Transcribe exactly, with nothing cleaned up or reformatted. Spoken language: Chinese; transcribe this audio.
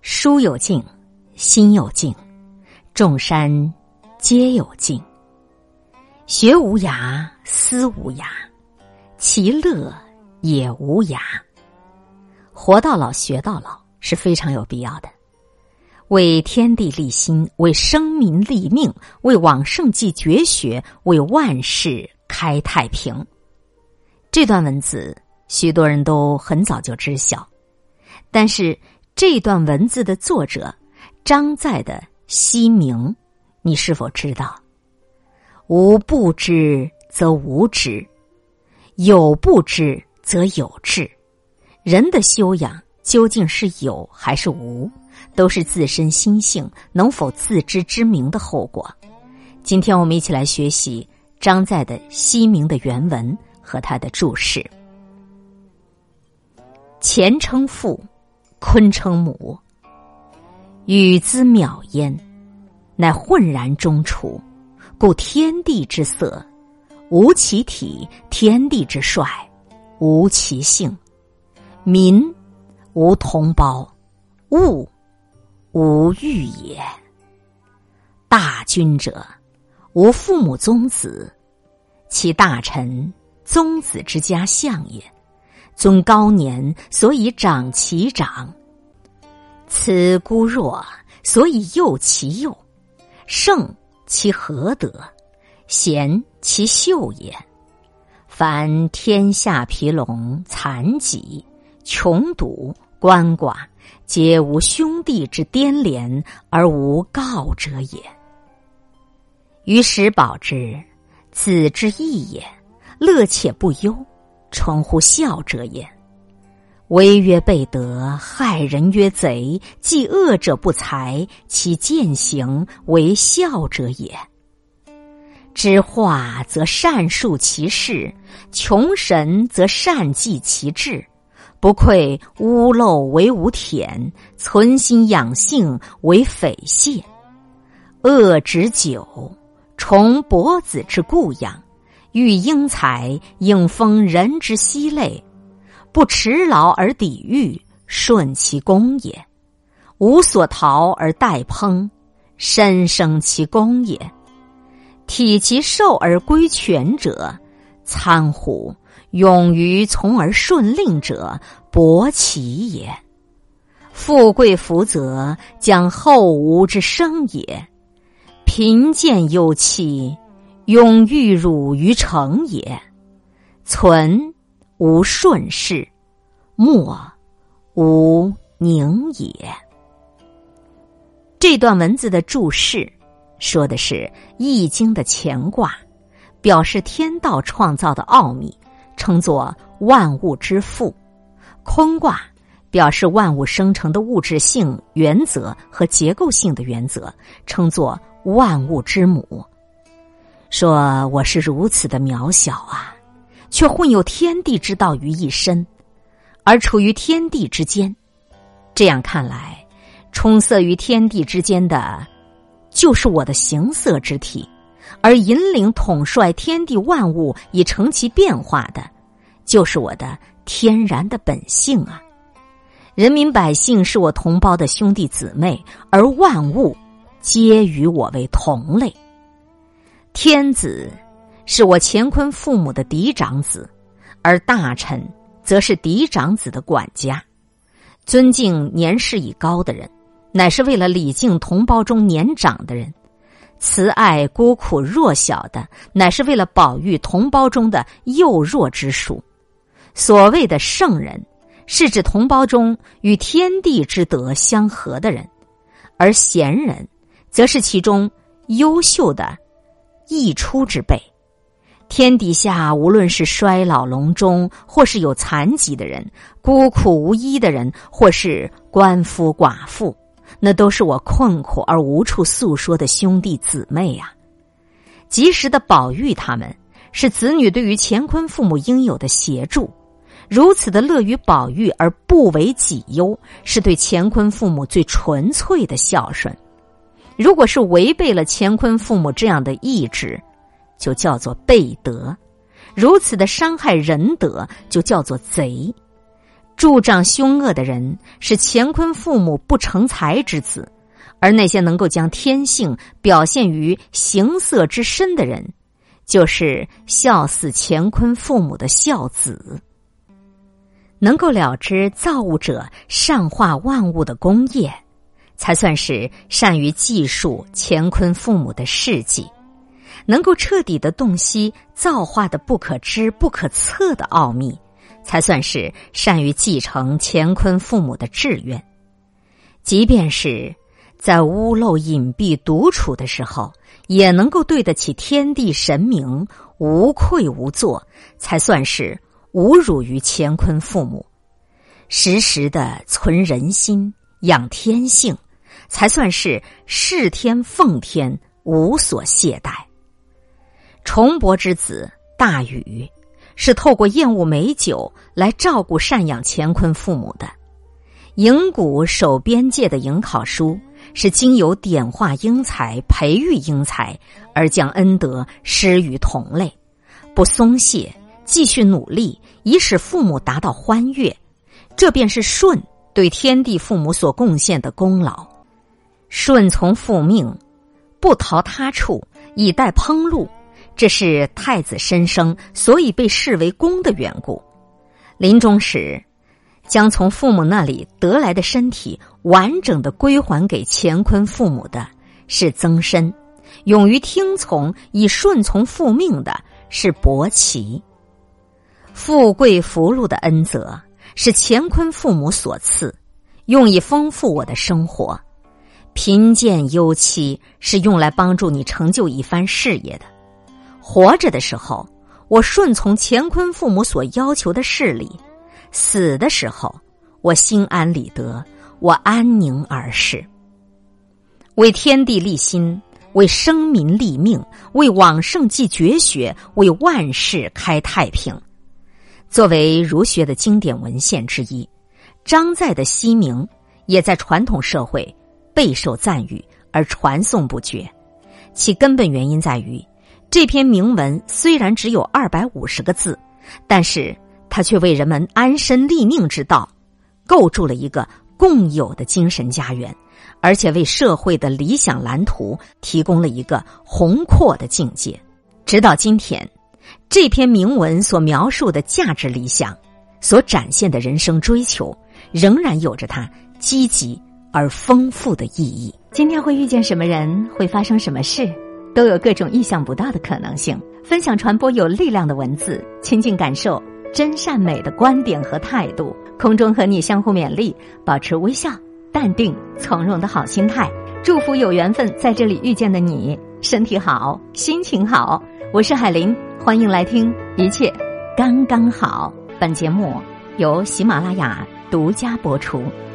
书有境，心有境，众山皆有境。学无涯，思无涯，其乐也无涯。活到老，学到老是非常有必要的。为天地立心，为生民立命，为往圣继绝学，为万世开太平。这段文字许多人都很早就知晓，但是这段文字的作者张载的西明，你是否知道？无不知则无知，有不知则有知。人的修养究竟是有还是无，都是自身心性能否自知之明的后果。今天我们一起来学习张载的西明的原文和他的注释。乾称父，坤称母，与兹渺焉，乃浑然中处，故天地之色，无其体；天地之帅，无其性。民无同胞，物无欲也。大君者，无父母宗子，其大臣宗子之家相也。尊高年，所以长其长；此孤弱，所以幼其幼。圣其何德，贤其秀也。凡天下疲聋残疾穷笃鳏寡，皆无兄弟之颠连而无告者也。于时保之，子之义也，乐且不忧，纯乎孝者也。为曰备德，害人曰贼，既恶者不才，其践行为孝者也。知化则善述其事，穷神则善济其志。不愧屋漏为无田，存心养性为匪懈。恶止久，崇伯子之固养，欲英才，应封人之息类。不持劳而抵御，顺其功也。无所逃而待烹，深生其功也。体其寿而归全者，参乎；勇于从而顺令者，伯其也。富贵福泽，将后无之生也。贫贱忧戚，永欲辱于成也。存无顺势，默无宁也。这段文字的注释说的是《易经》的乾卦，表示天道创造的奥秘，称作万物之父；坤卦表示万物生成的物质性原则和结构性的原则，称作万物之母。说我是如此的渺小啊，却混有天地之道于一身，而处于天地之间。这样看来，充塞于天地之间的就是我的形色之体，而引领统帅天地万物以成其变化的，就是我的天然的本性啊。人民百姓是我同胞的兄弟姊妹，而万物皆与我为同类。天子是我乾坤父母的嫡长子，而大臣则是嫡长子的管家。尊敬年事已高的人，乃是为了礼敬同胞中年长的人；慈爱孤苦弱小的，乃是为了保育同胞中的幼弱之属。所谓的圣人，是指同胞中与天地之德相合的人，而贤人则是其中优秀的溢出之辈。天底下无论是衰老隆中，或是有残疾的人，孤苦无依的人，或是官夫寡妇，那都是我困苦而无处诉说的兄弟姊妹呀、啊。及时的保育他们，是子女对于乾坤父母应有的协助。如此的乐于保育而不为己忧，是对乾坤父母最纯粹的孝顺。如果是违背了乾坤父母这样的意志，就叫做悖德；如此的伤害仁德，就叫做贼。 助长凶恶的人是乾坤父母不成才之子，而那些能够将天性表现于形色之身的人，就是孝死乾坤父母的孝子。能够了知造物者善化万物的功业，才算是善于记述乾坤父母的事迹，能够彻底的洞悉造化的不可知不可测的奥秘，才算是善于继承乾坤父母的志愿。即便是在屋漏隐蔽独处的时候，也能够对得起天地神明，无愧无作，才算是无辱于乾坤父母。时时的存人心，养天性，才算是视天奉天，无所懈怠。重伯之子大禹是透过厌恶美酒来照顾赡养乾坤父母的。营谷守边界的颍考叔是经由点化英才，培育英才，而将恩德施于同类，不松懈，继续努力，以使父母达到欢悦。这便是舜对天地父母所贡献的功劳。顺从父命，不逃他处，以待烹禄，这是太子申生所以被视为公的缘故。临终时将从父母那里得来的身体完整的归还给乾坤父母的是曾参，勇于听从以顺从父命的是伯奇。富贵福禄的恩泽是乾坤父母所赐，用以丰富我的生活。贫贱忧戚是用来帮助你成就一番事业的。活着的时候，我顺从乾坤父母所要求的事理；死的时候，我心安理得，我安宁而逝。为天地立心，为生民立命，为往圣继绝学，为万世开太平。作为儒学的经典文献之一，张载的西明也在传统社会备受赞誉而传颂不绝。其根本原因在于，这篇铭文虽然只有二百五十个字，但是它却为人们安身立命之道构筑了一个共有的精神家园，而且为社会的理想蓝图提供了一个宏阔的境界。直到今天，这篇铭文所描述的价值理想，所展现的人生追求，仍然有着它积极而丰富的意义。今天会遇见什么人，会发生什么事，都有各种意想不到的可能性。分享传播有力量的文字，亲近感受真善美的观点和态度。空中和你相互勉励，保持微笑、淡定、从容的好心态。祝福有缘分在这里遇见的你，身体好，心情好。我是海林，欢迎来听一切刚刚好。本节目由喜马拉雅独家播出。